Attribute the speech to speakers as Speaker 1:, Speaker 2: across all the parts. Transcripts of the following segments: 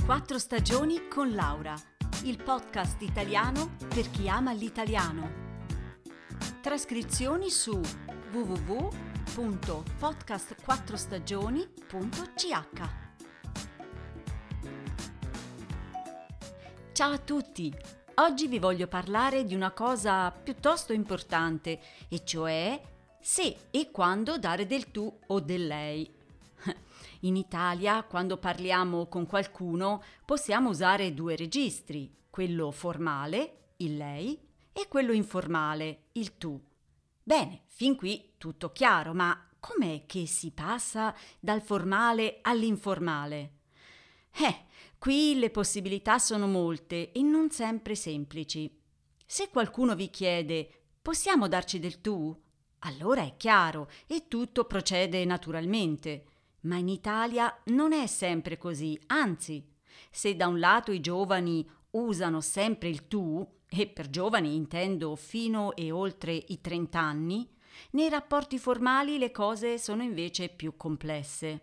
Speaker 1: Quattro stagioni con Laura, il podcast italiano per chi ama l'italiano. Trascrizioni su www.podcastquattrostagioni.ch. Ciao a tutti! Oggi vi voglio parlare di una cosa piuttosto importante, e cioè se e quando dare del tu o del lei. In Italia, quando parliamo con qualcuno, possiamo usare due registri, quello formale, il lei, e quello informale, il tu. Bene, fin qui tutto chiaro, ma com'è che si passa dal formale all'informale? Qui le possibilità sono molte e non sempre semplici. Se qualcuno vi chiede «possiamo darci del tu?» allora è chiaro e tutto procede naturalmente. Ma in Italia non è sempre così, anzi, se da un lato i giovani usano sempre il tu, e per giovani intendo fino e oltre i 30 anni, nei rapporti formali le cose sono invece più complesse.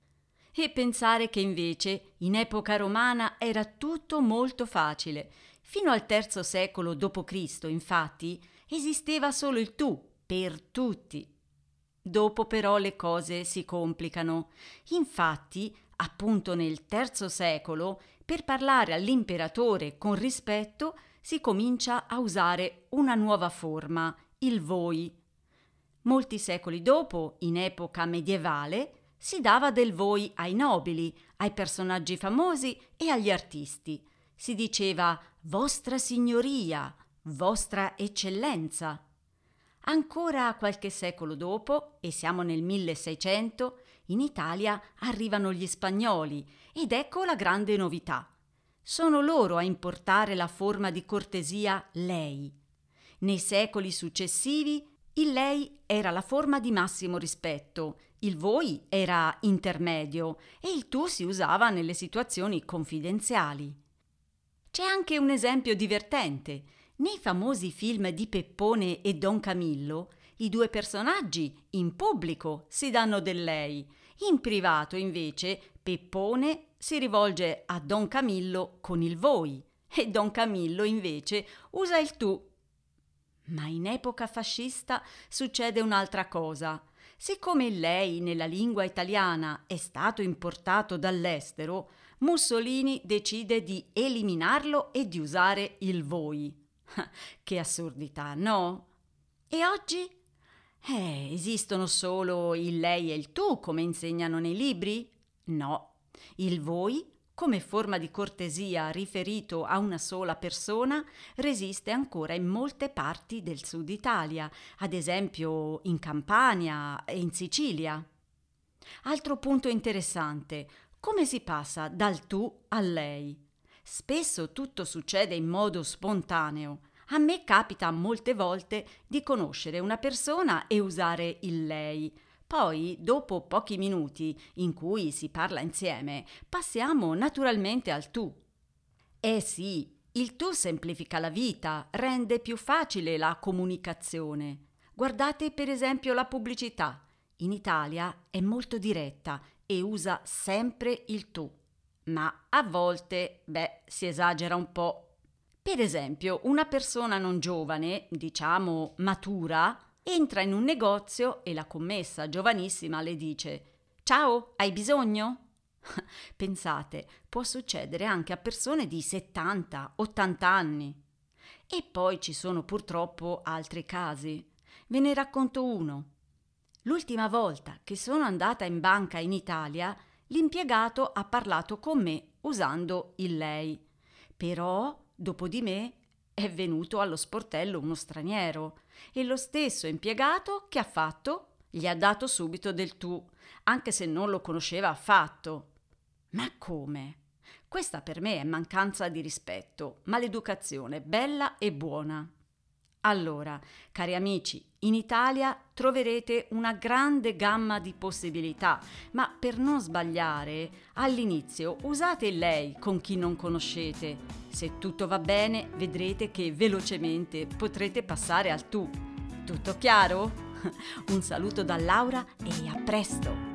Speaker 1: E pensare che invece in epoca romana era tutto molto facile. Fino al III secolo d.C., infatti, esisteva solo il tu per tutti. Dopo però le cose si complicano. Infatti, appunto nel III secolo, per parlare all'imperatore con rispetto, si comincia a usare una nuova forma, il voi. Molti secoli dopo, in epoca medievale, si dava del voi ai nobili, ai personaggi famosi e agli artisti. Si diceva «Vostra Signoria», «Vostra Eccellenza». Ancora qualche secolo dopo, e siamo nel 1600, in Italia arrivano gli spagnoli ed ecco la grande novità. Sono loro a importare la forma di cortesia lei. Nei secoli successivi il lei era la forma di massimo rispetto, il voi era intermedio e il tu si usava nelle situazioni confidenziali. C'è anche un esempio divertente. Nei famosi film di Peppone e Don Camillo, i due personaggi in pubblico si danno del lei. In privato, invece, Peppone si rivolge a Don Camillo con il voi e Don Camillo, invece, usa il tu. Ma in epoca fascista succede un'altra cosa. Siccome il lei nella lingua italiana è stato importato dall'estero, Mussolini decide di eliminarlo e di usare il voi. Che assurdità, no? E oggi? Esistono solo il lei e il tu, come insegnano nei libri? No. Il voi, come forma di cortesia riferito a una sola persona, resiste ancora in molte parti del sud Italia, ad esempio in Campania e in Sicilia. Altro punto interessante, come si passa dal tu al lei? Spesso tutto succede in modo spontaneo. A me capita molte volte di conoscere una persona e usare il lei. Poi, dopo pochi minuti in cui si parla insieme, passiamo naturalmente al tu. Sì, il tu semplifica la vita, rende più facile la comunicazione. Guardate per esempio la pubblicità. In Italia è molto diretta e usa sempre il tu. Ma a volte, si esagera un po'. Per esempio, una persona non giovane, diciamo matura, entra in un negozio e la commessa giovanissima le dice «Ciao, hai bisogno?» Pensate, può succedere anche a persone di 70-80 anni. E poi ci sono purtroppo altri casi. Ve ne racconto uno. L'ultima volta che sono andata in banca in Italia, l'impiegato ha parlato con me usando il lei. Però, dopo di me, è venuto allo sportello uno straniero e lo stesso impiegato che ha fatto gli ha dato subito del tu, anche se non lo conosceva affatto. Ma come? Questa per me è mancanza di rispetto, maleducazione bella e buona. Allora, cari amici, in Italia troverete una grande gamma di possibilità, ma per non sbagliare, all'inizio usate il lei con chi non conoscete. Se tutto va bene, vedrete che velocemente potrete passare al tu. Tutto chiaro? Un saluto da Laura e a presto!